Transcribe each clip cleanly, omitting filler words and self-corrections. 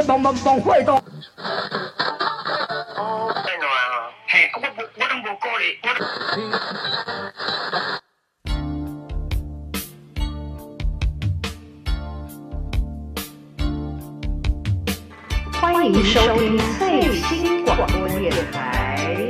帮会动。 嘿，我拢无鼓励， 欢迎收听最新广播电台。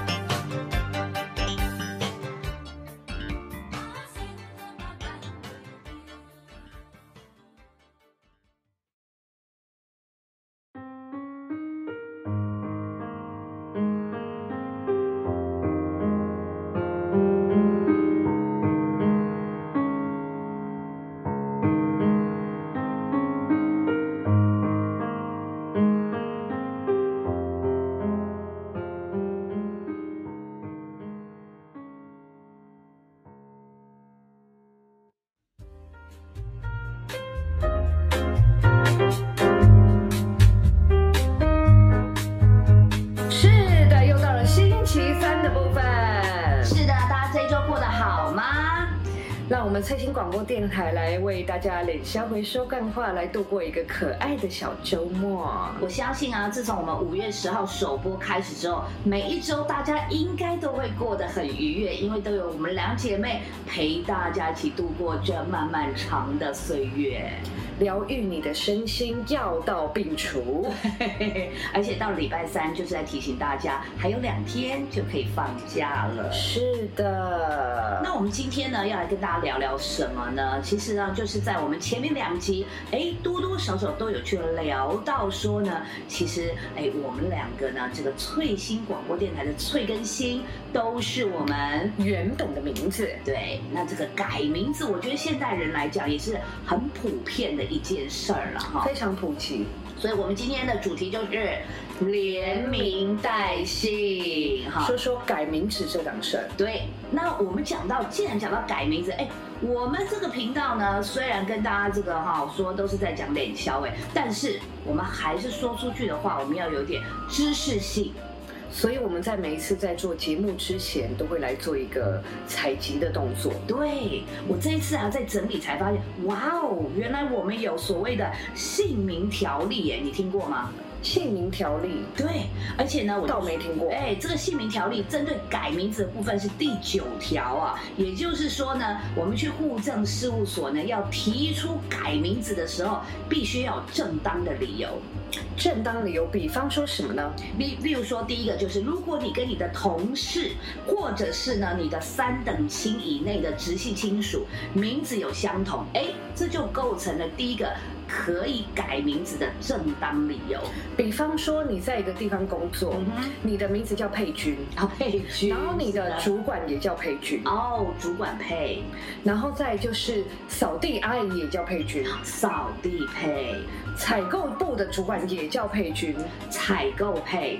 让我们最新广播电台来为大家脸消回收干话，来度过一个可爱的小周末。 我相信啊，自从我们5月10号首播开始之后，每一周大家应该都会过得很愉悦，因为都有我们两姐妹陪大家一起度过这漫漫长的岁月， 疗愈你的身心，药到病除。 而且到礼拜3就是在提醒大家，还有2天就可以放假了。 是的。 那我们今天呢，要来跟大家聊聊什么呢？其实呢，就是在我们前面2集，多多少少都有去聊到说呢，其实我们2个呢，这个翠星广播电台的翠跟星都是我们原本的名字。 对，那这个改名字，我觉得现代人来讲也是很普遍的一件事儿了哈， 非常普及。 所以我们今天的主题就是连名带姓， 说说改名字这档事儿。 对，那我们既然讲到改名字，我们这个频道呢，虽然跟大家这个说都是在讲脸消但是我们还是说出去的话，我们要有点知识性。 所以我们在每一次在做节目之前，都会来做一个采集的动作。 对，我这一次在整理才发现，哇哦，原来我们有所谓的姓名条例耶，你听过吗？ 姓名条例， 对，而且呢，我倒没听过。 这个姓名条例针对改名字的部分是第9条啊，也就是说呢，我们去户政事务所呢，要提出改名字的时候，必须要有正当的理由。 正当理由，比方说什么呢？ 例如说，第一个就是，如果你跟你的同事，或者是呢你的3等亲以内的直系亲属名字有相同，这就构成了第一个可以改名字的正当理由。 比方说你在一个地方工作，你的名字叫佩君， 佩君， 然后你的主管也叫佩君， 主管佩， 然后再就是扫地阿姨也叫佩君， 扫地佩， 采购部的主管也叫佩君， 采购佩。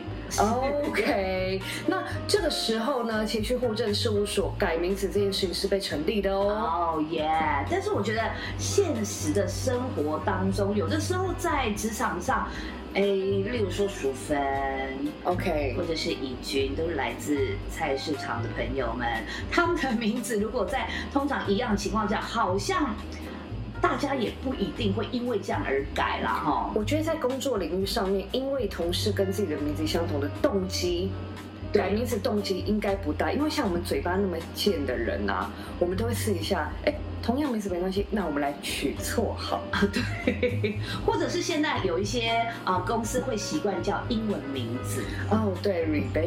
OK， 那这个时候呢，其实去户政事务所改名字这件事情是被成立的哦。 但是我觉得现实的生活当中，有的时候在职场上，例如说淑芬 ，OK， 或者是怡君，都是来自菜市场的朋友们，他们的名字如果在通常一样的情况下，好像大家也不一定会因为这样而改啦哈。 我觉得在工作领域上面，因为同事跟自己的名字相同的动机，改名字动机应该不大。因为像我们嘴巴那么贱的人啊，我们都会试一下，同样名字没关系，那我们来取绰号对，或者是现在有一些公司会习惯叫英文名字对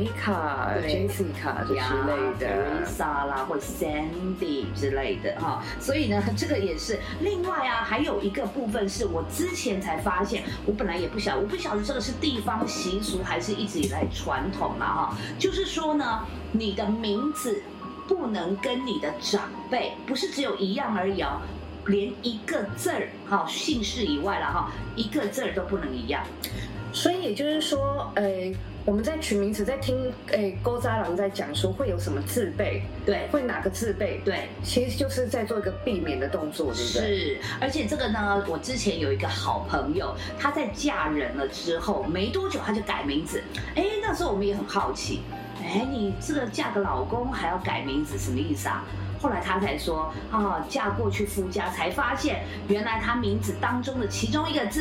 ，Rebecca、Jessica 之类的 ，Teresa 啦，或 Sandy 之类的哈。所以呢，这个也是。另外啊，还有一个部分是我之前才发现，我本来也不晓得这个是地方习俗还是一直以来传统啦哈。就是说呢，你的名字不能跟你的长辈不是只有一样而已哦，连一个字儿姓氏以外了一个字儿都不能一样。 所以也就是说，我们在取名字，在听勾渣郎在讲说会有什么字辈， 对， 会哪个字辈， 对， 其实就是在做一个避免的动作，对不对？ 是，而且这个呢，我之前有一个好朋友，她在嫁人了之后没多久，她就改名字。那时候我们也很好奇，你这个嫁个老公还要改名字，什么意思啊？后来她才说嫁过去夫家，才发现原来她名字当中的其中一个字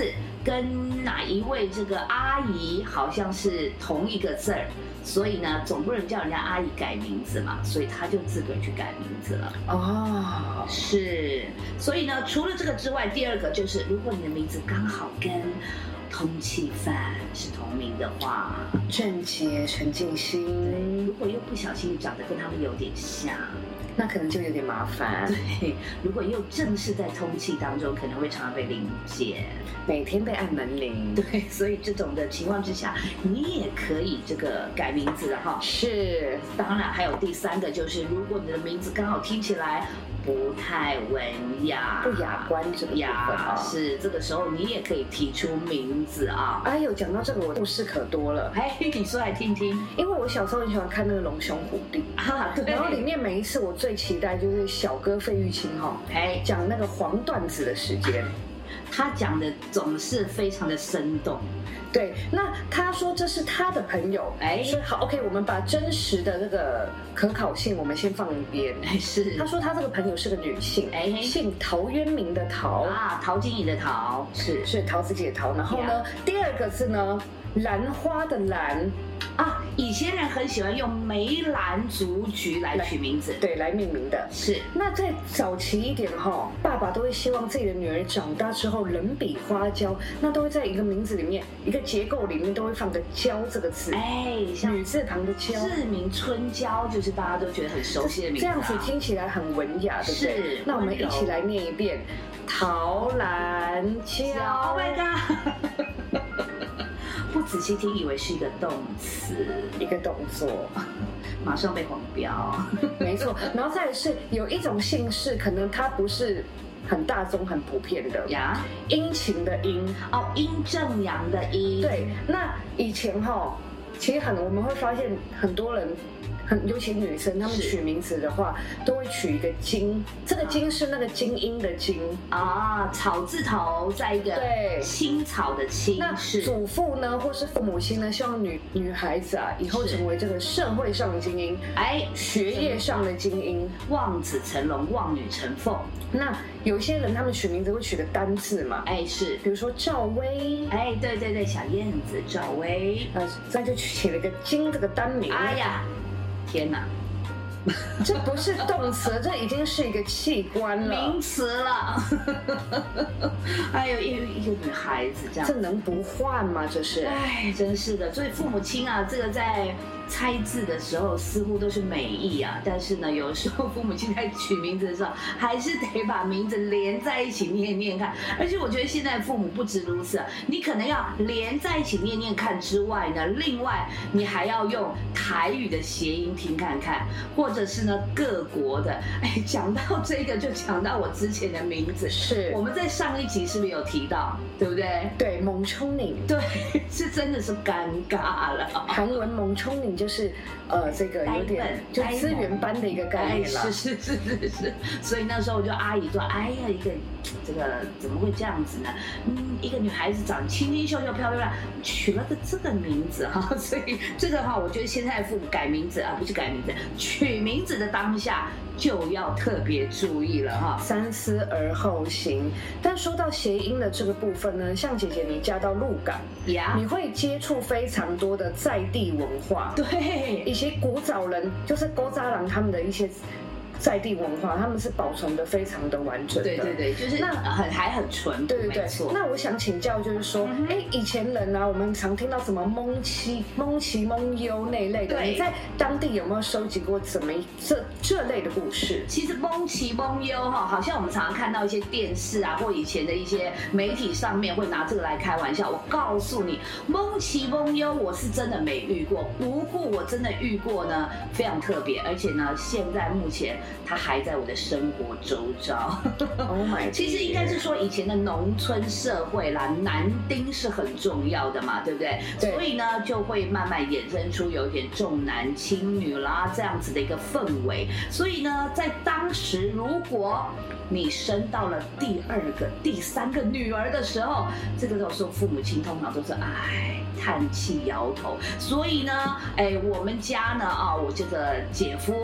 跟哪一位这个阿姨好像是同一个字儿，所以呢，总不能叫人家阿姨改名字嘛，所以他就自个儿去改名字了。 哦， 是，所以呢，除了这个之外，第二个就是，如果你的名字刚好跟通缉犯是同名的话， 郑捷、陈静心， 如果又不小心长得跟他们有点像， 那可能就有点麻烦。 对，如果又正是在通缉当中，可能会常常被临检， 每天被按门铃。 对，所以这种的情况之下，你也可以这个改名字的哈。 是， 当然还有第三个就是，如果你的名字刚好听起来不太文雅、 不雅观这个部分啊， 是这个时候你也可以提出名字啊。 哎呦，讲到这个我故事可多了， 哎，你说来听听。 因为我小时候很喜欢看那个《龙兄虎弟》 啊，对， 然后里面每一次我最期待就是小哥费玉清哈， 哎， 讲那个黄段子的时间， 他讲的总是非常的生动。 对，那他说这是他的朋友， 哎， 所以好 ，OK， 我们把真实的这个可考性我们先放一边。 哎，是， 他说他这个朋友是个女性， 哎， 姓陶渊明的陶啊，陶晶莹的陶， 是陶子姐的陶，然后呢，第二个字呢，兰花的兰。 啊，以前人很喜欢用梅兰竹菊来取名字， 对，来命名的。 是。 那再早期一点哈，爸爸都会希望自己的女儿长大之后人比花娇，那都会在一个名字里面，一个结构里面都会放个娇这个字， 哎，像女字旁的娇。 志明春娇就是大家都觉得很熟悉的名字， 这样子听起来很文雅，对不对？ 是。 那我们一起来念一遍：陶兰娇。 Oh my god！ 不仔细听，以为是一个动词， 一个动作， 马上被黄标。 没错，然后再来是有一种姓氏，可能它不是很大众、很普遍的呀， 殷勤的殷哦，殷正阳的殷。 对，那以前哈，其实我们会发现很多人。尤其女生，她们取名字的话，都会取一个金，这个金是那个精英的金啊，草字头在一个对青草的青。 那祖父呢，或是父母亲呢，希望女孩子啊，以后成为这个社会上的精英， 哎， 学业上的精英， 望子成龙，望女成凤。 那有些人他们取名字会取个单字嘛， 哎是， 比如说赵薇， 哎对对对，小燕子赵薇， 那就起了个金这个单名。 哎呀。天哪， 这不是动词，这已经是一个器官了， 名词了。还有一个女孩子这样， 这能不换吗？这是， 哎，真是的。所以父母亲啊，这个在猜字的时候似乎都是美意啊，但是呢，有时候父母亲在取名字的时候，还是得把名字连在一起念念看。而且我觉得现在父母不止如此，你可能要连在一起念念看之外呢，另外你还要用台语的谐音听看看，或者是呢各国的。哎，讲到这个就讲到我之前的名字， 是我们在上一集是不是有提到，对不对？ 对，蒙聪宁， 对，是真的是尴尬了。 韩文蒙聪宁就是这个有点就资源班的一个概念了。 是，所以那时候我就阿姨说，哎呀，一个这个怎么会这样子呢？一个女孩子长清清秀秀、漂亮，取了个这个名字哈，所以这个哈，我觉得现在父母改名字啊，不是改名字，取名字的当下就要特别注意了哈， 三思而后行。但说到谐音的这个部分呢，像姐姐你嫁到鹿港，你会接触非常多的在地文化， 对， 以及古早人就是勾扎郎他们的一些在地文化，他们是保存的非常的完整的。 对，就是那还很纯。 对，那我想请教，就是说，以前人啊，我们常听到什么蒙奇、蒙优那一类的，你在当地有没有收集过这类的故事？ 其实蒙奇蒙优哈，好像我们常常看到一些电视啊，或以前的一些媒体上面会拿这个来开玩笑。我告诉你，蒙奇蒙优我是真的没遇过，不过我真的遇过呢，非常特别，而且呢，现在目前它还在我的生活周遭。 Oh my！ 其实应该是说以前的农村社会啦，男丁是很重要的嘛，对不对？所以呢，就会慢慢衍生出有点重男轻女啦这样子的一个氛围。所以呢，在当时，如果你生到了第二个、第三个女儿的时候，这个时候父母亲通常都是叹气摇头。所以呢，我们家呢我这个姐夫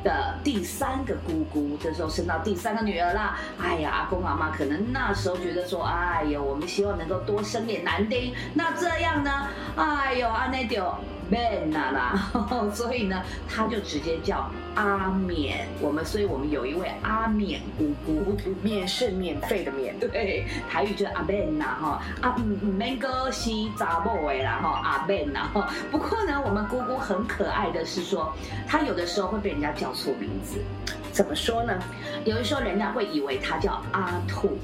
的第3个姑姑，这时候生到第3个女儿啦。哎呀，阿公阿妈可能那时候觉得说，哎呦，我们希望能够多生点男丁，那这样呢，哎呦，安内就免啦，所以呢，他就直接叫阿免。所以我们有一位阿免姑姑， 免是免费的免， 对，台语就是阿免呐哈，免个生查某的啦哈，阿免呐哈。不过呢，我们姑姑很可爱的是说，她有的时候会被人家叫错名字。 怎么说呢？ 有的时候人家会以为她叫阿兔。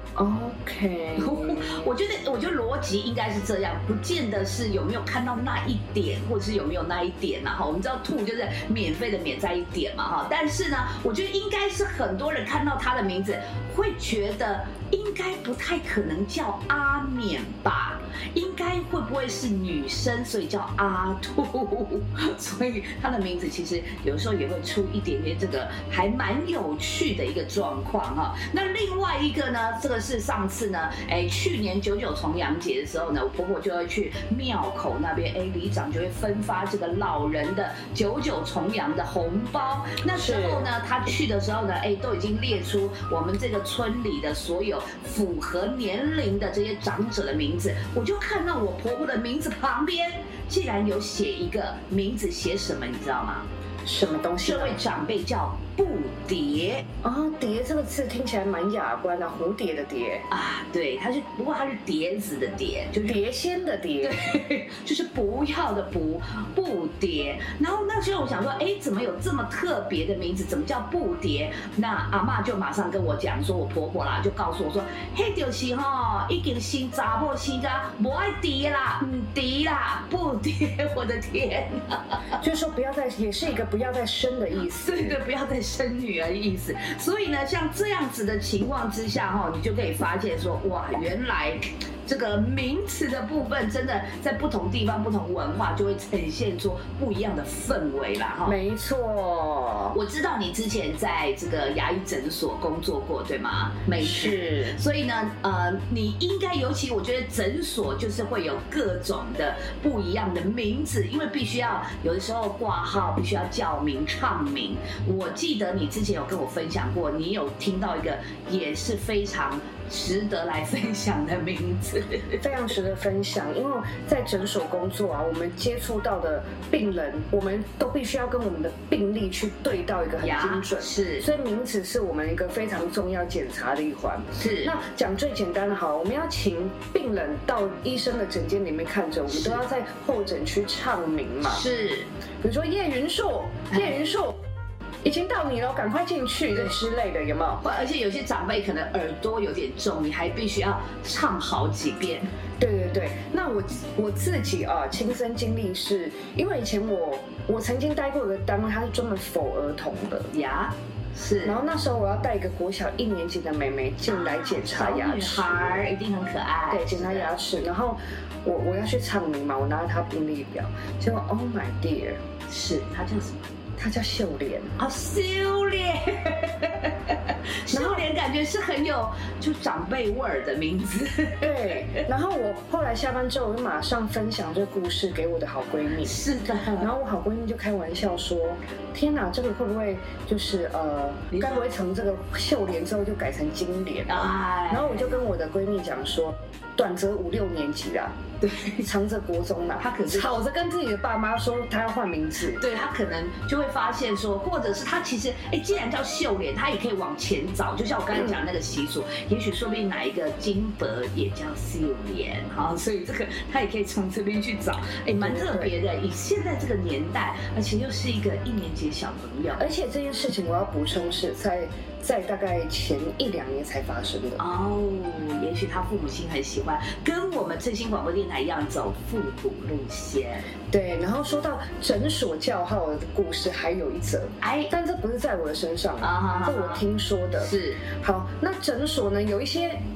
OK， 我觉得逻辑应该是这样，不见得是有没有看到那一点，或者是有没有那一点呐哈。我们知道兔就是免费的免在一点嘛哈，但是呢，我觉得应该是很多人看到他的名字，会觉得应该不太可能叫阿免吧。应该会不会是女生，所以叫阿兔，所以她的名字其实有时候也会出一点点这个还蛮有趣的一个状况哈。那另外一个呢，这个是上次呢，去年99重阳节的时候呢，我婆婆就会去庙口那边，里长就会分发这个老人的99重阳的红包。那时候呢，她去的时候呢，都已经列出我们这个村里的所有符合年龄的这些长者的名字。我就看到我婆婆的名字旁边，竟然有写一个名字，写什么你知道吗？ 什么东西？ 这位长辈叫布蝶蝶这个字听起来蛮雅观的，蝴蝶的蝶啊，对，不过它是碟子的碟， 就是碟仙的碟， 对，就是不要的不，布蝶。然后那时候我想说，怎么有这么特别的名字？怎么叫布蝶？那阿嬷就马上跟我讲说，我婆婆啦就告诉我说，嘿，就是已经新查某新家不爱蝶啦，蝶啦，布蝶，我的天啊！ 就是说不要再，也是一个不要再生的意思， 对，不要再生女儿的意思。所以呢，像这样子的情况之下你就可以发现说，哇，原来这个名词的部分真的在不同地方、不同文化就会呈现出不一样的氛围啦没错， 我知道你之前在这个牙医诊所工作过，对吗？没事。 所以呢，你应该尤其我觉得诊所就是会有各种的不一样的名字，因为必须要有的时候挂号，必须要叫名、唱名。我记得你之前有跟我分享过，你有听到一个也是非常值得来分享的名字， 非常值得分享。因为在诊所工作我们接触到的病人，我们都必须要跟我们的病历去对到一个很精准， 是， 所以名字是我们一个非常重要检查的一环。 是， 那讲最简单的好，我们要请病人到医生的诊间里面看诊，我们都要在候诊区唱名嘛。 是， 比如说叶云树，已经到你了，赶快进去之类的，有没有？ 而且有些长辈可能耳朵有点重，你还必须要唱好几遍。 对，那我自己亲身经历是，因为以前我曾经待过一个单位，它是专门否儿童的呀。是， 然后那时候我要带一个国小1年级的妹妹进来检查牙齿， 小女孩一定很可爱。 对，检查牙齿，然后我要去唱名嘛，我拿着她病历表，结果 Oh my dear， 是她叫什么？ 她叫秀莲秀莲，秀莲感觉是很有就长辈味儿的名字。 对，然后我后来下班之后，我就马上分享这个故事给我的好闺蜜。 是的， 然后我好闺蜜就开玩笑说：“天哪，这个会不会就是该不会从这个秀莲之后就改成金莲？”然后我就跟我的闺蜜讲说，短则5、6年级啦。对，长则国中啦， 他可能吵着跟自己的爸妈说他要换名字， 对他可能就会发现说，或者是他其实既然叫秀莲，他也可以往前找，就像我刚才讲那个习俗，也许说不定哪一个金伯也叫秀莲，所以这个他也可以从这边去找，蛮特别的。以现在这个年代，而且又是一个1年级的小朋友， 而且这件事情我要补充是在大概前1、2年才发生的也许他父母亲很喜欢跟我们振兴广播电台一样走复古路线。 对，然后说到诊所叫号的故事，还有一则，但这不是在我的身上这我听说的。 是， 好，那诊所呢有一些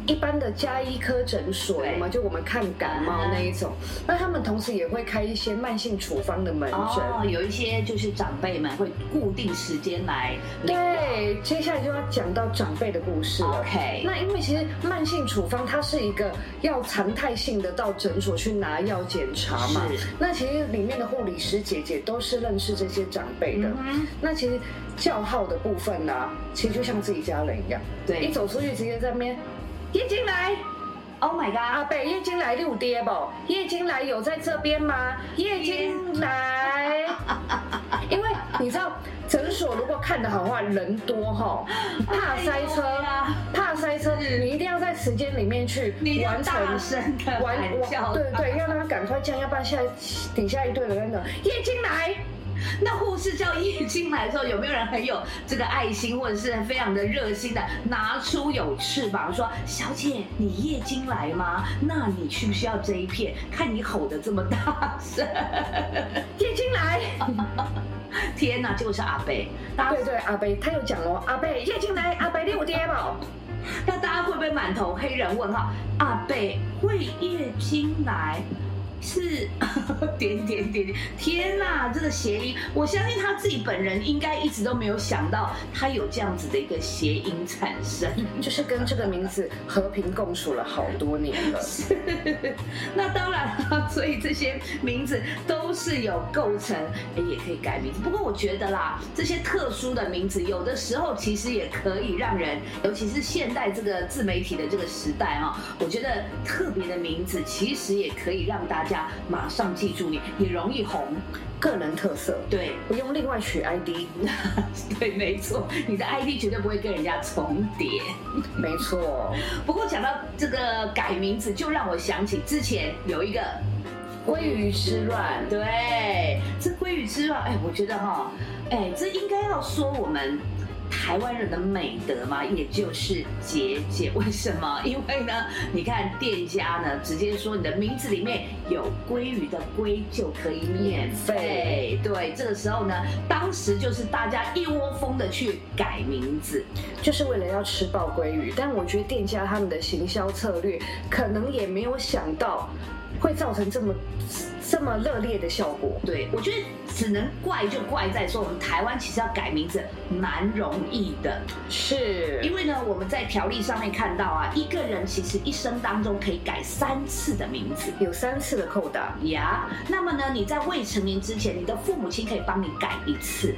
一般的家医科诊所嘛，就我们看感冒那一种，那他们同时也会开一些慢性处方的门诊。 哦，有一些就是长辈们会固定时间来领药。 对，接下来就要讲到长辈的故事了。 OK， 那因为其实慢性处方它是一个要常态性的到诊所去拿药检查嘛，那其实里面的护理师姐姐都是认识这些长辈的。那其实叫号的部分呢，其实就像自己家人一样， 对， 一走出去直接在那边叶金来。 Oh my god！ 阿伯，叶金来六爹不？叶金来有在这边吗？叶金来，因为你知道诊所如果看得好的话，人多哈，怕塞车，怕塞车，你一定要在时间里面去完成对，要让他赶快降，要不然现在底下一堆人在那叶金来。 那护士叫叶金来的时候，有没有人很有这个爱心，或者是非常的热心的拿出有翅膀说：“小姐，你叶金来吗？那你需不需要这一片？看你吼得这么大声， 叶金来！” 天哪，结果是阿伯。 对，阿伯他有讲哦，阿伯叶金来，阿伯你有爹吧？ 那大家会不会满头黑人问号？阿伯会叶金来？是点，天哪！这个谐音，我相信他自己本人应该一直都没有想到，他有这样子的一个谐音产生， 就是跟这个名字和平共处了好多年了。 那当然了，所以这些名字都是有构成，也可以改名字。不过我觉得啦，这些特殊的名字，有的时候其实也可以让人，尤其是现代这个自媒体的这个时代啊，我觉得特别的名字其实也可以让大家马上记住你，也容易红， 个人特色。 对， 不用另外取 ID。 对，没错，你的 ID 绝对不会跟人家重叠。 没错。 不过讲到这个改名字，就让我想起之前有一个鲑鱼之乱。 对，这鲑鱼之乱，我觉得哈，这应该要说我们台湾人的美德嘛，也就是节俭。为什么？因为呢，你看店家呢，直接说你的名字里面有鲑鱼的鲑就可以免费。对，这个时候呢，当时就是大家一窝蜂的去改名字， 就是为了要吃爆鲑鱼。但我觉得店家他们的行销策略可能也没有想到会造成这么热烈的效果。 对，我觉得只能怪就怪在说我们台湾其实要改名字蛮容易的， 是因为呢我们在条例上面看到啊，一个人其实一生当中可以改3次的名字， 有3次的扣打呀。那么呢你在未成年之前，你的父母亲可以帮你改1次。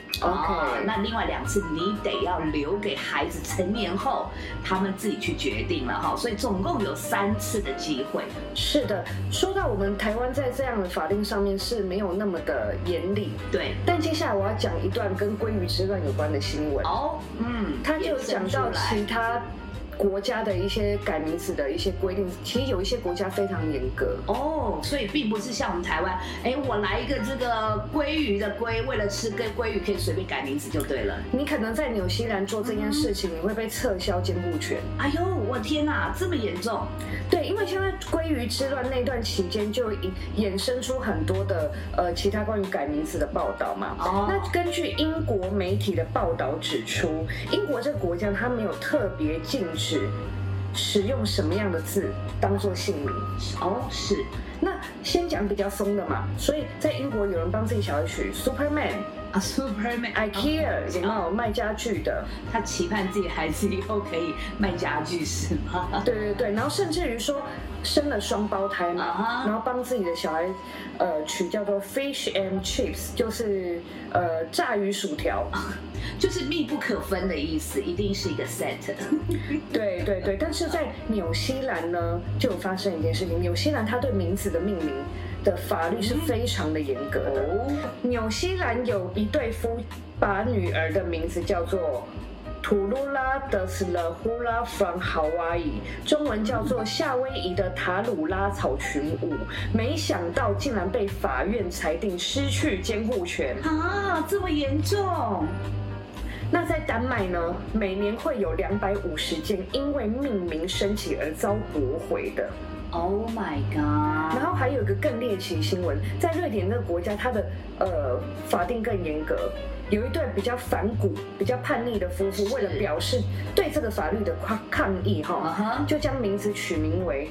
OK， 那另外2次你得要留给孩子成年后他们自己去决定了哈，所以总共有3次的机会。 是的，说到我们台湾在这样的法令上面是没有那么的严厉， 对。 但接下来我要讲一段跟鲑鱼之乱有关的新闻。他就讲到其他国家的一些改名字的一些规定，其实有一些国家非常严格所以并不是像我们台湾，我来一个这个鲑鱼的鲑，为了吃跟鲑鱼可以随便改名字就对了。 你可能在纽西兰做这件事情，你会被撤销监护权。 哎呦，我天哪，这么严重？ 对，因为现在鲑鱼之乱那段期间就衍生出很多的其他关于改名字的报道嘛。那根据英国媒体的报道指出，英国这个国家它没有特别禁止使用什么样的字当做姓名。 是。 那先讲比较松的嘛，所以在英国有人帮自己小孩取 Superman。IKEA 有没有卖家具的？ 他期盼自己孩子以后可以卖家具是吗？ 对，然后甚至于说生了双胞胎嘛，然后帮自己的小孩取叫做 Fish and Chips， 就是炸鱼薯条， 就是密不可分的意思，一定是一个 set。 对，但是在纽西兰呢，就有发生一件事情，纽西兰它对名字的命名的法律是非常的严格的。纽西兰有一对夫把女儿的名字叫做图鲁拉德斯勒呼拉 from Hawaii， 中文叫做夏威夷的塔鲁拉草裙舞，没想到竟然被法院裁定失去监护权这么严重。 那在丹麦呢，每年会有250件因为命名升级而遭驳回的。 Oh my god！ 然后还有一个更猎奇新闻，在瑞典这个国家，它的法定更严格。有一对比较反骨、比较叛逆的夫妇，为了表示对这个法律的抗议，就将名字取名为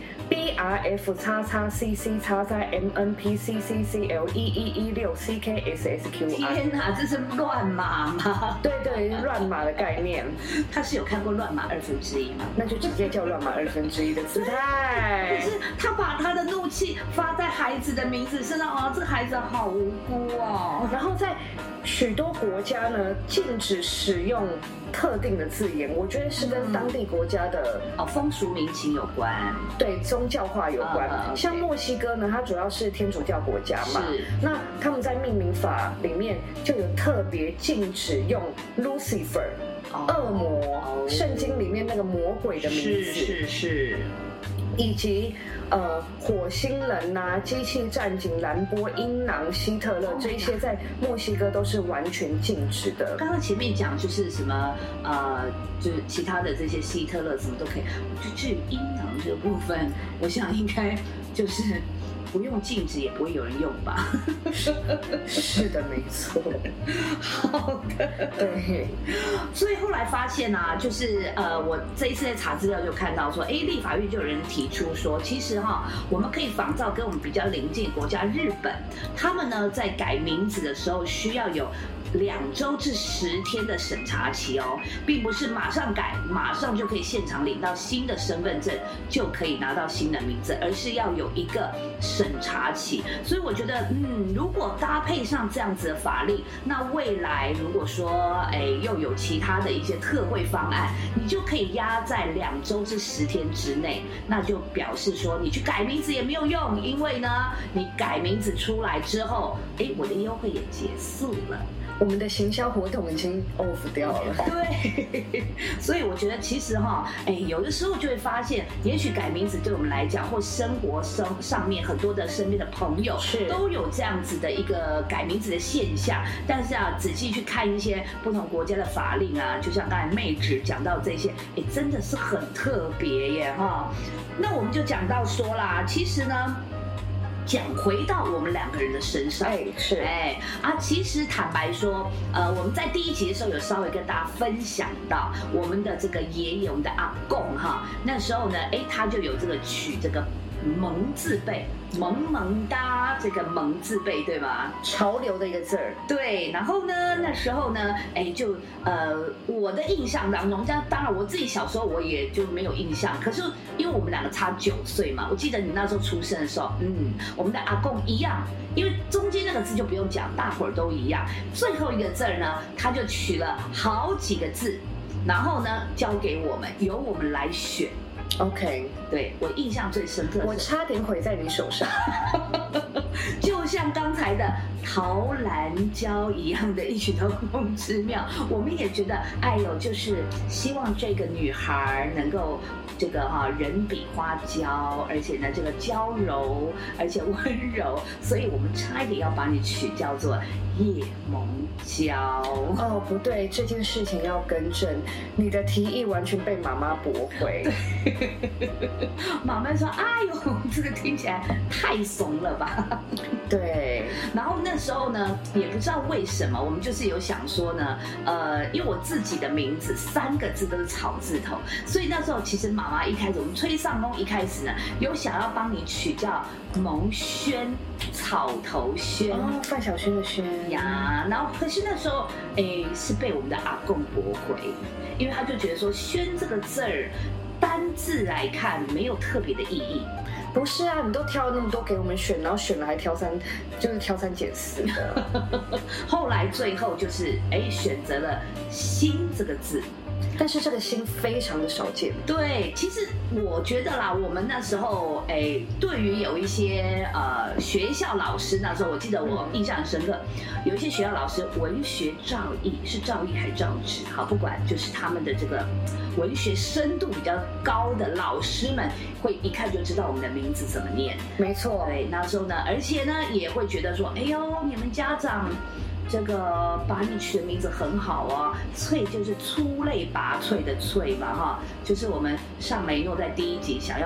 BRF XXCCXMNPCCCL1116CKSSQI。 天哪，这是乱码吗？ 对对，乱码的概念。 他是有看过乱码1/2吗？ 那就直接叫乱码1/2的姿态。 可是他把他的怒气发在孩子的名字身上啊，这孩子好无辜哦。 然后在许多国家呢，禁止使用特定的字眼，我觉得是跟当地国家的风俗民情有关， 对宗教化有关。像墨西哥呢，它主要是天主教国家嘛，那他们在命名法里面就有特别禁止用 Lucifer 恶魔，圣经里面那个魔鬼的名字， 是。 以及火星人啊、机器战警、兰波、英囊、希特勒这一些在墨西哥都是完全禁止的。 刚刚前面讲就是什么就是其他的这些希特勒什么都可以，就至于英囊这个部分，我想应该就是不用禁止也不会有人用吧？ 是的，没错。 好的， 对。 所以后来发现啊，就是我这一次在查资料就看到说，立法院就有人提出说，其实我们可以仿照跟我们比较邻近的国家日本，他们呢在改名字的时候需要有2周至10天的审查期哦，并不是马上改，马上就可以现场领到新的身份证，就可以拿到新的名字，而是要有一个审查期。所以我觉得，如果搭配上这样子的法令，那未来如果说，又有其他的一些特惠方案，你就可以压在2周至10天之内，那就表示说你去改名字也没有用，因为呢，你改名字出来之后，我的优惠也结束了。 我们的行销活动已经 off 掉了。 对，所以我觉得其实有的时候就会发现，也许改名字对我们来讲，或生活上面很多的身边的朋友都有这样子的一个改名字的现象。但是仔细去看一些不同国家的法令啊，就像刚才妹纸讲到这些，真的是很特别耶那我们就讲到说啦，其实呢，讲回到我们2个人的身上，其实坦白说，我们在第1集的时候有稍微跟大家分享到我们的这个爷爷，我们的阿公那时候呢，他就有这个取这个蒙字辈，萌萌哒，这个萌字辈对吗？ 潮流的一个字儿。 对，然后呢，那时候呢，就我的印象当中，当然我自己小时候我也就没有印象，可是因为我们2个差9岁嘛，我记得你那时候出生的时候，我们的阿公一样，因为中间那个字就不用讲，大伙儿都一样，最后一个字儿呢，他就取了好几个字，然后呢交给我们，由我们来选。 OK， 对，我印象最深刻的， 我差点毁在你手上， 就像刚才的陶兰娇一样的异曲同工之妙。我们也觉得，就是希望这个女孩能够这个人比花娇，而且呢这个娇柔，而且温柔，所以我们差一点要把你取叫做叶萌娇。 不对，这件事情要更正，你的提议完全被妈妈驳回。 妈妈说：“这个听起来太怂了吧？” 对。 然后那时候呢，也不知道为什么，我们就是有想说呢，因为我自己的名字3个字都是草字头，所以那时候其实妈妈一开始，我们吹上宫一开始呢，有想要帮你取叫蒙轩，草头轩， 范晓萱的萱呀。然后可是那时候，是被我们的阿公驳回，因为他就觉得说“轩”这个字儿，单字来看没有特别的意义。 不是啊，你都挑了那么多给我们选，然后选了还挑3减4的。 后来最后就是选择了“心”这个字。 但是这个心非常的少见。 对，其实我觉得啦，我们那时候对于有一些学校老师，那时候我记得我印象很深刻，有一些学校老师文学造诣，是造诣还是造诣？好，不管，就是他们的这个文学深度比较高的老师们，会一看就知道我们的名字怎么念。 没错， 对，那时候呢，而且呢也会觉得说，你们家长这个把你取的名字很好哦，翠就是出类拔萃的萃嘛，就是我们尚雷诺在第1集想要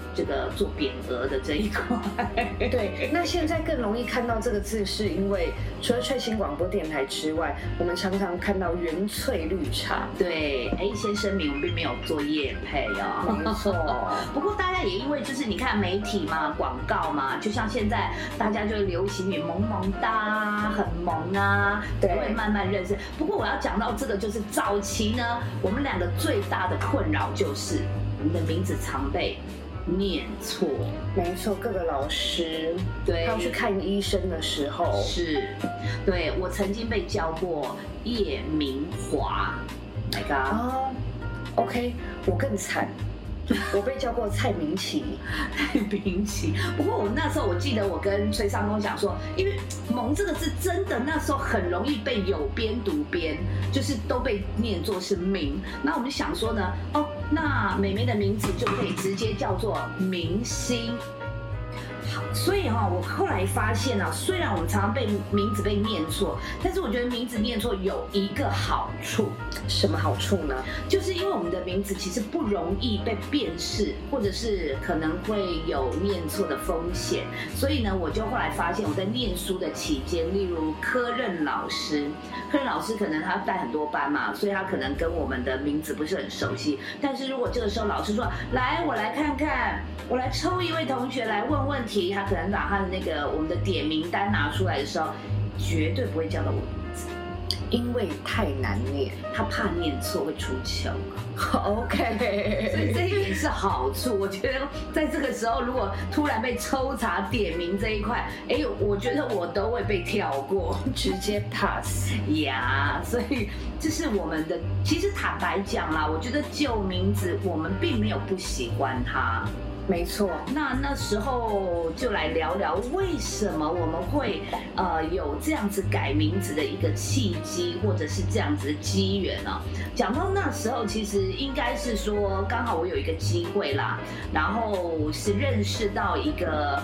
这个做匾额的这一块。 对，那现在更容易看到这个字，是因为除了翠星广播电台之外，我们常常看到原萃绿茶。 对，先声明我们并没有做业配哦， 没错。 不过大家也因为就是你看媒体嘛、广告嘛，就像现在大家就会流行于萌萌哒、很萌啊， 对， 会慢慢认识。不过我要讲到这个，就是早期呢，我们两个最大的困扰就是我们的名字常被念错。 没错，各个老师对他要去看医生的时候， 是，对我曾经被教过叶明华。My God。 哦，OK， 我更惨。我被叫过蔡明琪， 蔡明琪。不过我那时候我记得我跟崔尚公讲说，因为“萌”这个字真的那时候很容易被有边读边，就是都被念作是“明”。那我们想说呢，哦，那美眉的名字就可以直接叫做明星。所以我后来发现啊，虽然我们常常被名字被念错，但是我觉得名字念错有一个好处。 什么好处呢？ 就是因为我们的名字其实不容易被辨识，或者是可能会有念错的风险。所以呢，我就后来发现我在念书的期间，例如科任老师可能他带很多班嘛，所以他可能跟我们的名字不是很熟悉。但是如果这个时候老师说，来，我来看看，我来抽一位同学来问问题，他可能把他的那个我们的点名单拿出来的时候，绝对不会叫到我的名字， 因为太难念， 他怕念错会出糗。 OK， 所以这一点是好处。我觉得在这个时候，如果突然被抽查点名这一块，我觉得我都会被跳过， 直接 pass 呀。所以这是我们的。其实坦白讲啦，我觉得旧名字我们并没有不喜欢它。 没错， 那时候就来聊聊为什么我们会有这样子改名字的一个契机，或者是这样子的机缘呢？讲到那时候，其实应该是说刚好我有一个机会啦，然后是认识到一个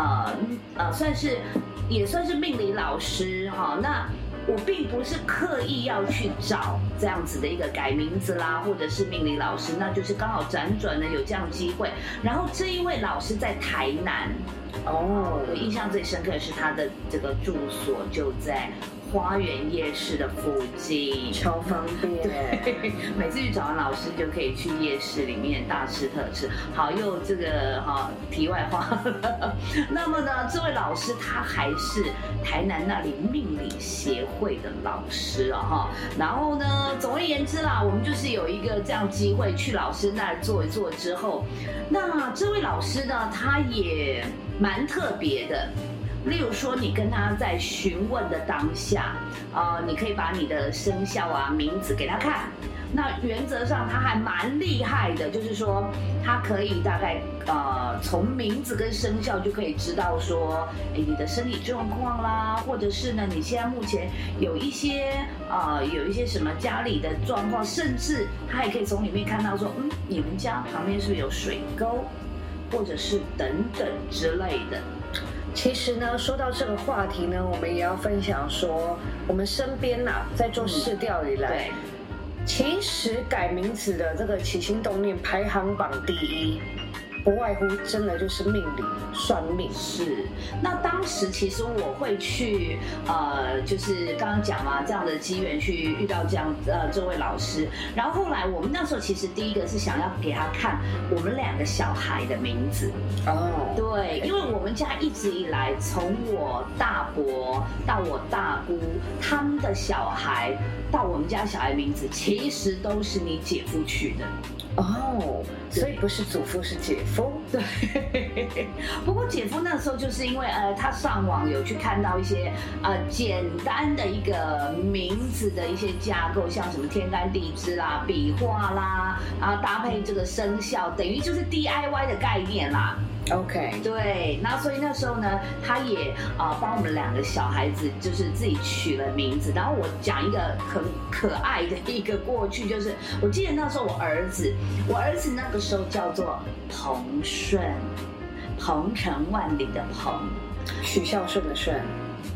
也算是命理老师哈。那我并不是刻意要去找这样子的一个改名字啦，或者是命理老师，那就是刚好辗转的有这样机会。然后这一位老师在台南，我印象最深刻的是他的这个住所就在花园夜市的附近， 超方便。 对，每次去找完老师就可以去夜市里面大吃特吃。好，又这个题外话了。那么呢，这位老师他还是台南那里命理协会的老师啊然后呢，总而言之啦，我们就是有一个这样机会去老师那儿坐一坐之后，那这位老师呢，他也蛮特别的。例如说，你跟他在询问的当下，你可以把你的生肖啊、名字给他看。那原则上他还蛮厉害的，就是说他可以大概从名字跟生肖就可以知道说，你的身体状况啦，或者是呢你现在目前有一些什么家里的状况，甚至他还可以从里面看到说，你们家旁边是不是有水沟，或者是等等之类的。 其实呢，说到这个话题呢，我们也要分享说，我们身边在做市调以来，其实改名字的这个起心动念排行榜第一，不外乎真的就是命理算命。 是，那当时其实我会去就是刚刚讲嘛，这样的机缘去遇到这位老师，然后后来我们那时候其实第一个是想要给他看我们2个小孩的名字。对，因为我们家一直以来，从我大伯到我大姑他们的小孩到我们家小孩名字，其实都是你姐夫取的。 所以不是祖父是姐夫。 对，不过姐夫那时候就是因为他上网有去看到一些简单的一个名字的一些架构，像什么天干地支啦、笔画啦，然后搭配这个生肖，等于就是 DIY 的概念啦。 OK， 对，那所以那时候呢，他也帮我们2个小孩子就是自己取了名字。然后我讲一个很可爱的一个过去，就是我记得那时候我儿子那个时候叫做彭顺，鹏程万里的鹏， 许孝顺的顺。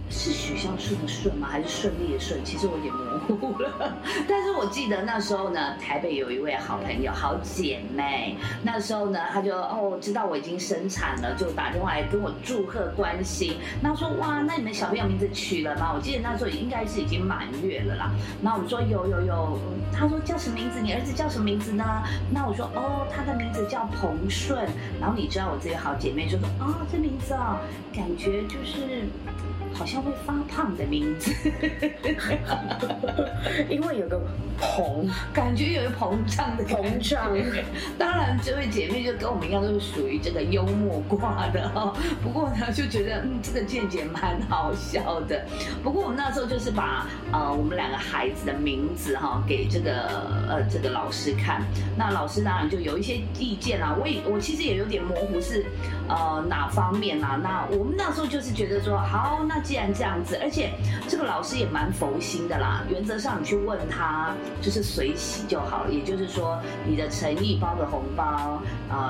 是许孝顺的顺吗？还是顺利的顺？其实我有点模糊了。但是我记得那时候呢，台北有一位好朋友、好姐妹，那时候呢，她就知道我已经生产了，就打电话来跟我祝贺关心。那说哇，那你们小朋友名字取了吗？我记得那时候应该是已经满月了啦。那我们说有。她说叫什么名字？你儿子叫什么名字呢？那我说他的名字叫彭顺。然后你知道我这位好姐妹就说这名字感觉就是好像会发胖的名字， 因为有个膨， 感觉有一膨胀的膨胀。 当然，这位姐妹就跟我们一样，都是属于这个幽默挂的不过呢，就觉得这个见解蛮好笑的。不过我们那时候就是把我们2个孩子的名字给这个老师看，那老师当然就有一些意见啦。我其实也有点模糊是哪方面啦。那我们那时候就是觉得说，好，那既然这样子，而且这个老师也蛮佛心的啦。原则上你去问他，就是随喜就好了。也就是说，你的诚意包个红包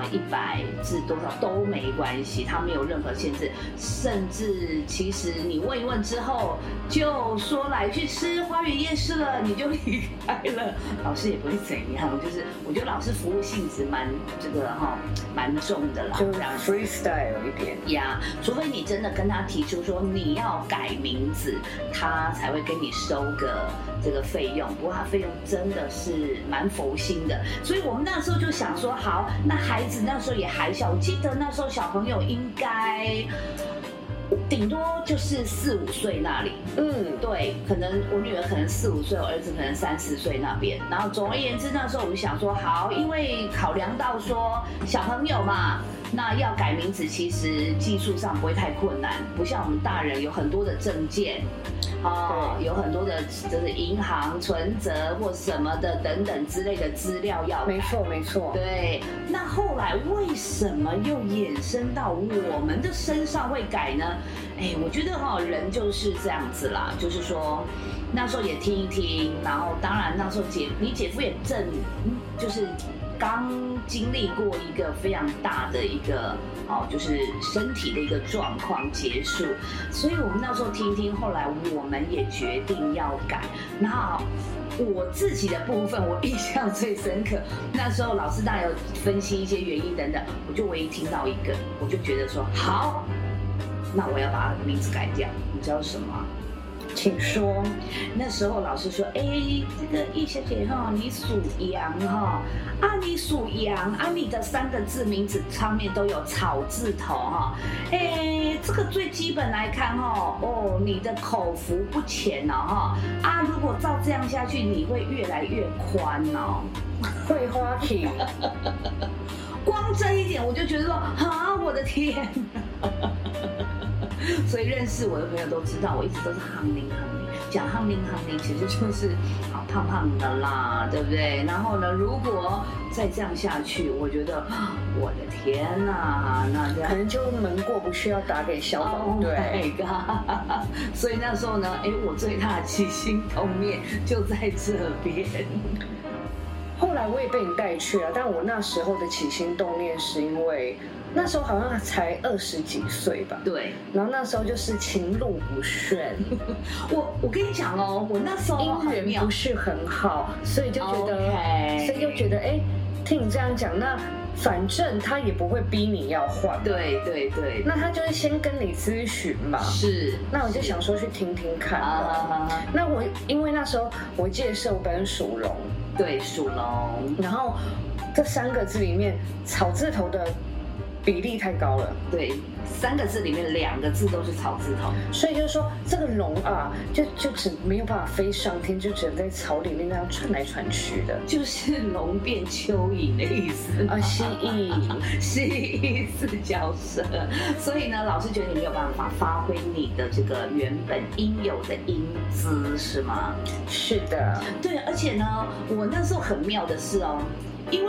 100字多少都没关系，他没有任何限制。甚至其实你问一问之后，就说来去吃花园夜市了，你就离开了，老师也不会怎样。就是我觉得老师服务性质蛮重的啦， 就 freestyle 一点呀。除非你真的跟他提出说你要改名字，他才会跟你收个这个费用。不过他费用真的是蛮佛心的，所以我们那时候就想说，好，那孩子那时候也还小，我记得那时候小朋友应该顶多就是4、5岁那里，对，可能我女儿可能4、5岁，我儿子可能3、4岁那边。然后总而言之，那时候我就想说，好，因为考量到说小朋友嘛，那要改名字其实技术上不会太困难，不像我们大人有很多的证件，有很多的就是银行存折或什么的等等之类的资料要改。 没错。 对，那后来为什么又衍生到我们的身上会改呢？我觉得人就是这样子啦，就是说那时候也听一听，然后当然那时候你姐夫也就是刚经历过一个非常大的一个就是身体的一个状况结束，所以我们那时候听一听，后来我们也决定要改。那我自己的部分，我印象最深刻，那时候老师当然有分析一些原因等等，我就唯一听到一个，我就觉得说好，那我要把名字改掉。你知道是什么吗？ 请说。 那时候老师说，这个易小姐你属羊你属羊你的3个字名字上面都有草字头这个最基本来看你的口福不浅如果照这样下去，你会越来越宽会花体。 光这一点我就觉得说我的天所以认识我的朋友都知道，我一直都是夯铃，讲夯铃，其实就是胖胖的啦，对不对？然后呢，如果再这样下去，我觉得我的天哪，那这样可能就门过不去，要打给消防队。 Oh my god！ 所以那时候呢，我最大的起心动念就在这边。 后来我也被你带去了，但我那时候的起心动念是因为那时候好像才20几岁吧， 对， 然后那时候就是情路不顺， 我跟你讲我那时候姻缘不是很好，所以就觉得，所以就觉得听你这样讲，那反正他也不会逼你要换， 对， 那他就是先跟你咨询嘛， 是， 那我就想说去听听看那我因为那时候我记得是我本人属龙， 对，属龙， 然后这3个字里面草字头的比例太高了， 对，3个字里面2个字都是草字頭， 所以就是说这个龙就只没有办法飞上天，就只能在草里面那样窜来窜去的， 就是龙变蚯蚓的意思蜥蜴是角色，所以呢，老师觉得你没有办法发挥你的这个原本应有的英姿，是吗？ 是的， 对，而且呢，我那时候很妙的是因为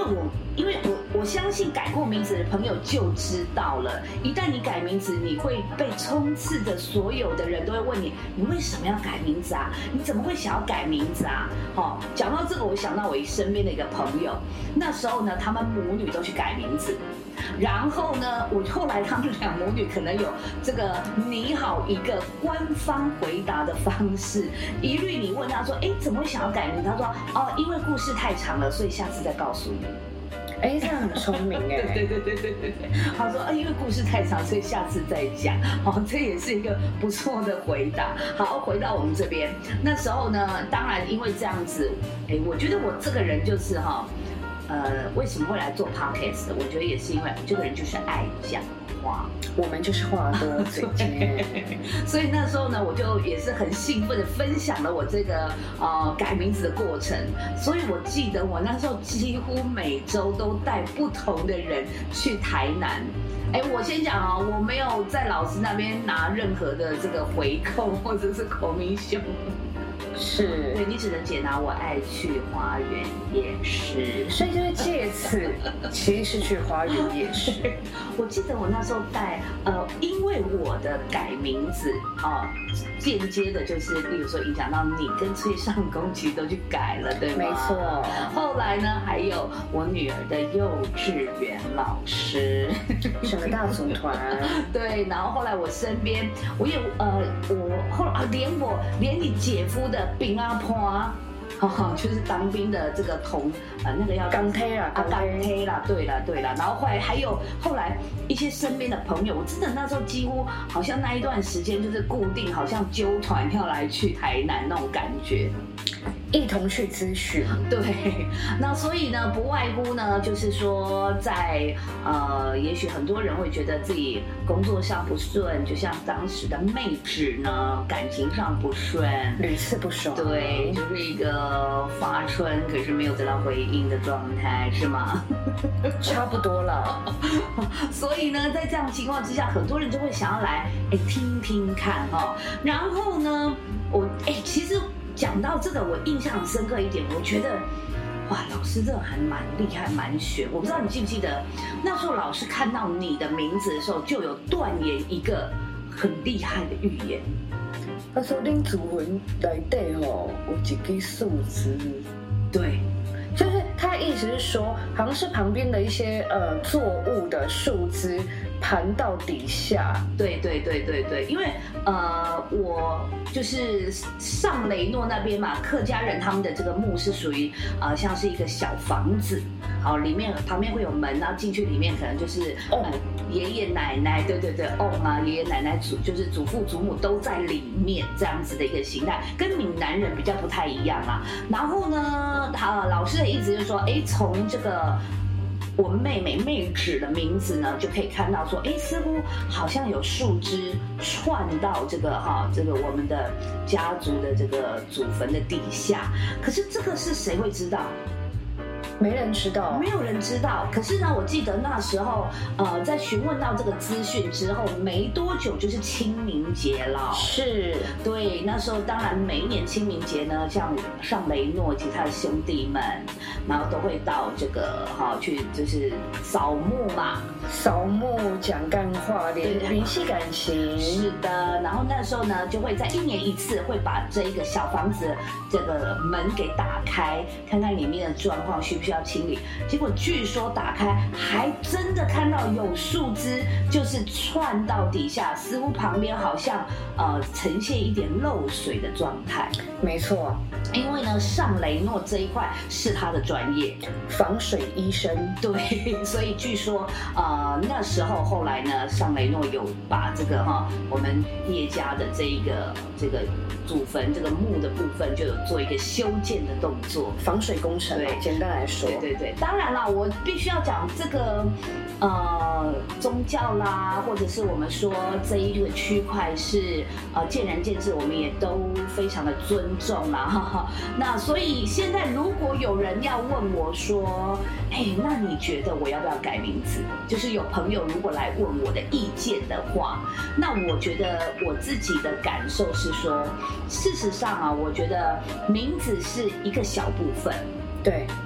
因为我相信改过名字的朋友就知道了，一旦你改名字，你会被充斥着所有的人都会问你，你为什么要改名字啊？你怎么会想要改名字啊？讲到这个，我想到我身边的一个朋友，那时候呢，他们母女都去改名字。然后呢，我后来他们两母女可能有这个拟好一个官方回答的方式，一律你问他说，哎，怎么会想要改名？他说，哦，因为故事太长了，所以下次再告诉你。 哎，这样很聪明哎。 对。他说，因为故事太长，所以下次再讲。这也是一个不错的回答。好，回到我们这边，那时候呢，当然因为这样子，我觉得我这个人就是为什么会来做 podcast？ 我觉得也是因为我这个人就是爱讲话， 我们就是话多嘴尖， 所以那时候呢，我就也是很兴奋的分享了我这个改名字的过程。所以我记得我那时候几乎每周都带不同的人去台南。我先讲我没有在老师那边拿任何的这个回扣或者是commission。 是， 对，你只能解拿我爱去花园夜市， 所以就是借此其实是去花园夜市。 我记得我那时候带因为我的改名字间接的就是例如说影响到你跟崔尚宫其实都去改了，对吗？ 没错。 后来呢，还有我女儿的幼稚园老师， 整个大组团。 对，然后后来我身边我也我后来连你姐夫的兵阿婆。就是当兵的这个那个要钢铁啦， 钢铁啦，对啦，然后后来一些身边的朋友，我真的那时候几乎好像那一段时间就是固定，好像揪团要来去台南那种感觉。 一同去咨询， 对，那所以呢，不外乎呢，就是说在也许很多人会觉得自己工作上不顺，就像当时的妹纸呢，感情上不顺， 屡次不爽， 对，就是一个发春可是没有得到回应的状态，是吗？ 差不多了。 所以呢，在这样的情况之下，很多人就会想要来听听看然后呢，其实。讲到这个，我印象很深刻一点，我觉得，哇，老师这个还蛮厉害，蛮玄。我不知道你记不记得，那时候老师看到你的名字的时候，就有断言一个很厉害的预言。 他说：“恁祖文内底有一个数字。” 对。 就是他的意思是说，好像是旁边的一些作物的树枝盘到底下。 对，因为我就是上雷诺那边嘛，客家人他们的这个墓是属于像是一个小房子，里面旁边会有门，然后进去里面可能就是爷爷奶奶，对，爷爷奶奶就是祖父祖母都在里面这样子的一个形态，跟闽南人比较不太一样啊。然后呢，老师的意思就是说，从这个我们妹纸的名字呢，就可以看到说，似乎好像有树枝串到这个我们的家族的这个祖坟的底下。可是这个是谁会知道？ 没人知道， 没有人知道。可是呢，我记得那时候，在询问到这个资讯之后，没多久就是清明节了。 是， 对，那时候当然每一年清明节呢，像尚雷诺以及他的兄弟们，然后都会到这个去就是扫墓嘛， 扫墓讲干话，联系感情。 是的，然后那时候呢，就会在1年1次会把这一个小房子这个门给打开，看看里面的状况需不需要清理。结果据说打开还真的看到有树枝就是串到底下，似乎旁边好像呈现一点漏水的状态。 没错， 因为呢尚雷诺这一块是他的专业， 防水医生。 对，所以据说那时候后来呢尚雷诺有把这个我们叶家的这个祖坟这个墓的部分就有做一个修建的动作， 防水工程。对，简单来说， 对。当然啦，我必须要讲这个宗教啦，或者是我们说这一个区块是见仁见智，我们也都非常的尊重啦。那所以现在如果有人要问我说，那你觉得我要不要改名字？就是有朋友如果来问我的意见的话，那我觉得我自己的感受是说，事实上我觉得名字是一个小部分。 对。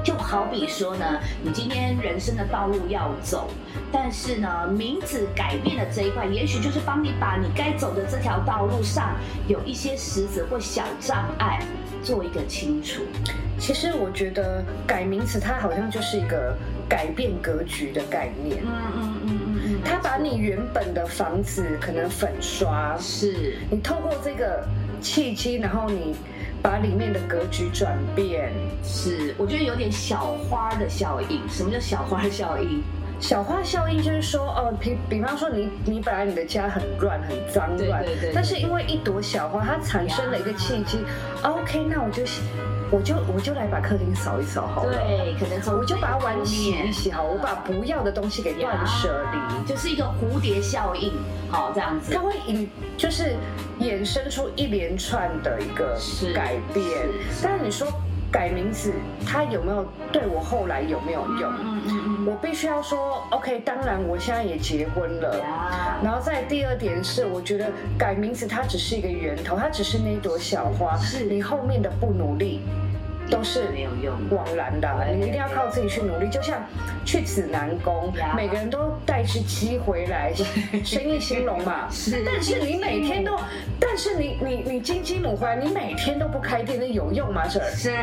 就好比说呢，你今天人生的道路要走，但是呢，名字改变的这一块，也许就是帮你把你该走的这条道路上有一些石子或小障碍做一个清楚。 其实我觉得改名词它好像就是一个改变格局的概念。它把你原本的房子可能粉刷， 是你透过这个契机，然后你把里面的格局转变。 是，我觉得有点小花的效应。什么叫小花效应？ 小花效应就是说，比方说你本来你的家很乱很脏乱，但是因为一朵小花，它产生了一个契机。OK， 那我就来把客厅扫一扫好了。 对，可能我就把碗洗一洗好，我把不要的东西给断舍离， 就是一个蝴蝶效应。好，这样子， 它会就是衍生出一连串的一个改变。但是你说改名字，它有没有对我后来有没有用？我必须要说 ，OK， 当然我现在也结婚了。然后再第二点是，我觉得改名字它只是一个源头，它只是那一朵小花，你后面的不努力都是没有用， 枉然的。你一定要靠自己去努力，就像去指南宫，每个人都带只鸡回来，生意兴隆嘛。但是你每天都，但是你金鸡母回来，你每天都不开店，那有用吗？是。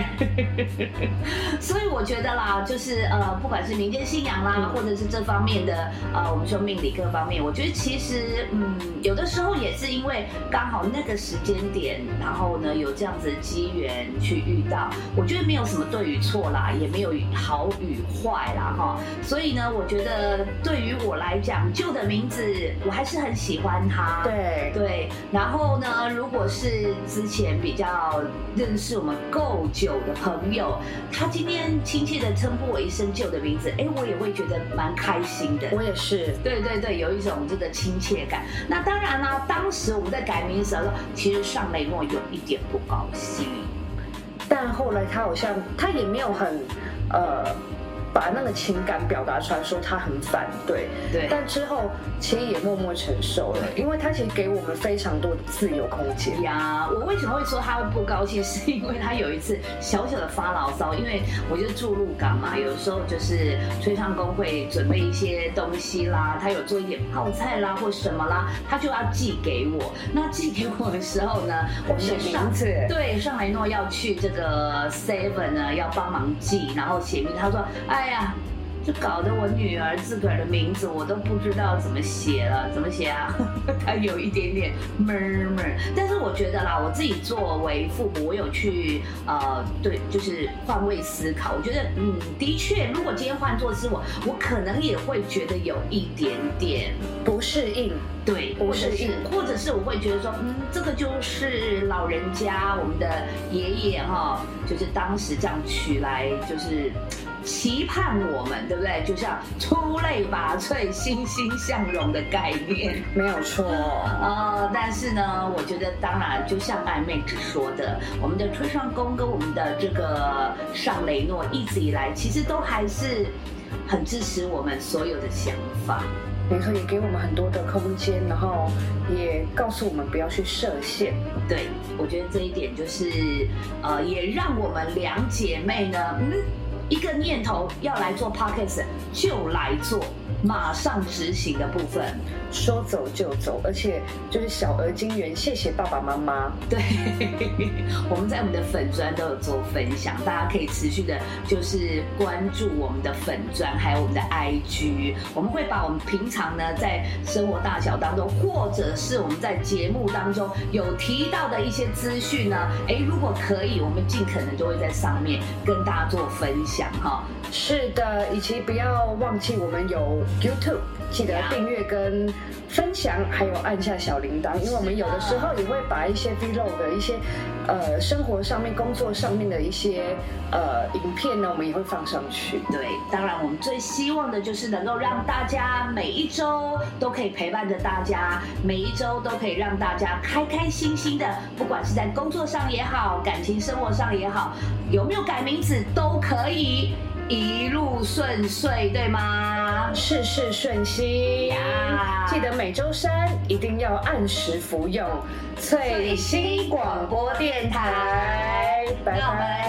所以我觉得啦，就是不管是民间信仰啦，或者是这方面的我们说命理各方面，我觉得其实有的时候也是因为刚好那个时间点，然后呢有这样子的机缘去遇到。我觉得没有什么对与错啦，也没有好与坏啦哈，所以呢，我觉得对于我来讲，旧的名字我还是很喜欢它。对，然后呢，如果是之前比较认识我们够久的朋友，他今天亲切的称呼我一声旧的名字，我也会觉得蛮开心的。 我也是。 对，有一种这个亲切感。那当然啦，当时我们在改名的时候，其实尚雷诺有一点不高兴。 但后来他也没有很把那个情感表达出来，说他很反对。但之后其实也默默承受了，因为他其实给我们非常多的自由空间呀。我为什么会说他会不高兴，是因为他有一次小小的发牢骚，因为我就住鹿港嘛，有的时候就是崔尚宫会准备一些东西啦，他有做一点泡菜啦或什么啦，他就要寄给我。那寄给我的时候呢，我们的尚雷诺要去这个 Seven 呢，要帮忙寄，然后写名，他说哎呀，就搞得我女儿自个儿的名字我都不知道怎么写了，怎么写啊？她有一点点 murmur， 但是我觉得啦，我自己作为父母，我有去对，就是换位思考。我觉得的确，如果今天换作是我可能也会觉得有一点点不适应。 对，或者是我会觉得说，这个就是老人家我们的爷爷哈，就是当时这样取来，就是期盼我们，对不对？就像出类拔萃、欣欣向荣的概念， 没有错。 但是呢，我觉得当然，就像刚才妹子说的，我们的崔尚宫跟我们的这个尚雷诺一直以来，其实都还是很支持我们所有的想法。 没错，也给我们很多的空间，然后也告诉我们不要去设限。 对，我觉得这一点就是也让我们两姐妹呢，一个念头要来做 podcast 就来做，马上执行的部分， 说走就走，而且就是小额金援，谢谢爸爸妈妈。 对，我们在我们的粉专都有做分享，大家可以持续的，就是关注我们的粉专，还有我们的 IG， 我们会把我们平常呢在生活大小当中，或者是我们在节目当中有提到的一些资讯呢，如果可以，我们尽可能就会在上面跟大家做分享哈。 是的，以及不要忘记我们有 YouTube， 记得订阅跟分享，还有按下小铃铛，因为我们有的时候也会把一些 vlog 的一些生活上面、工作上面的一些影片呢，我们也会放上去。 对，当然我们最希望的就是能够让大家每一周都可以陪伴着大家，每一周都可以让大家开开心心的，不管是在工作上也好，感情生活上也好，有没有改名字都可以。一路顺遂，对吗？ 事事顺心呀！记得每周三一定要按时服用翠星广播电台。拜拜。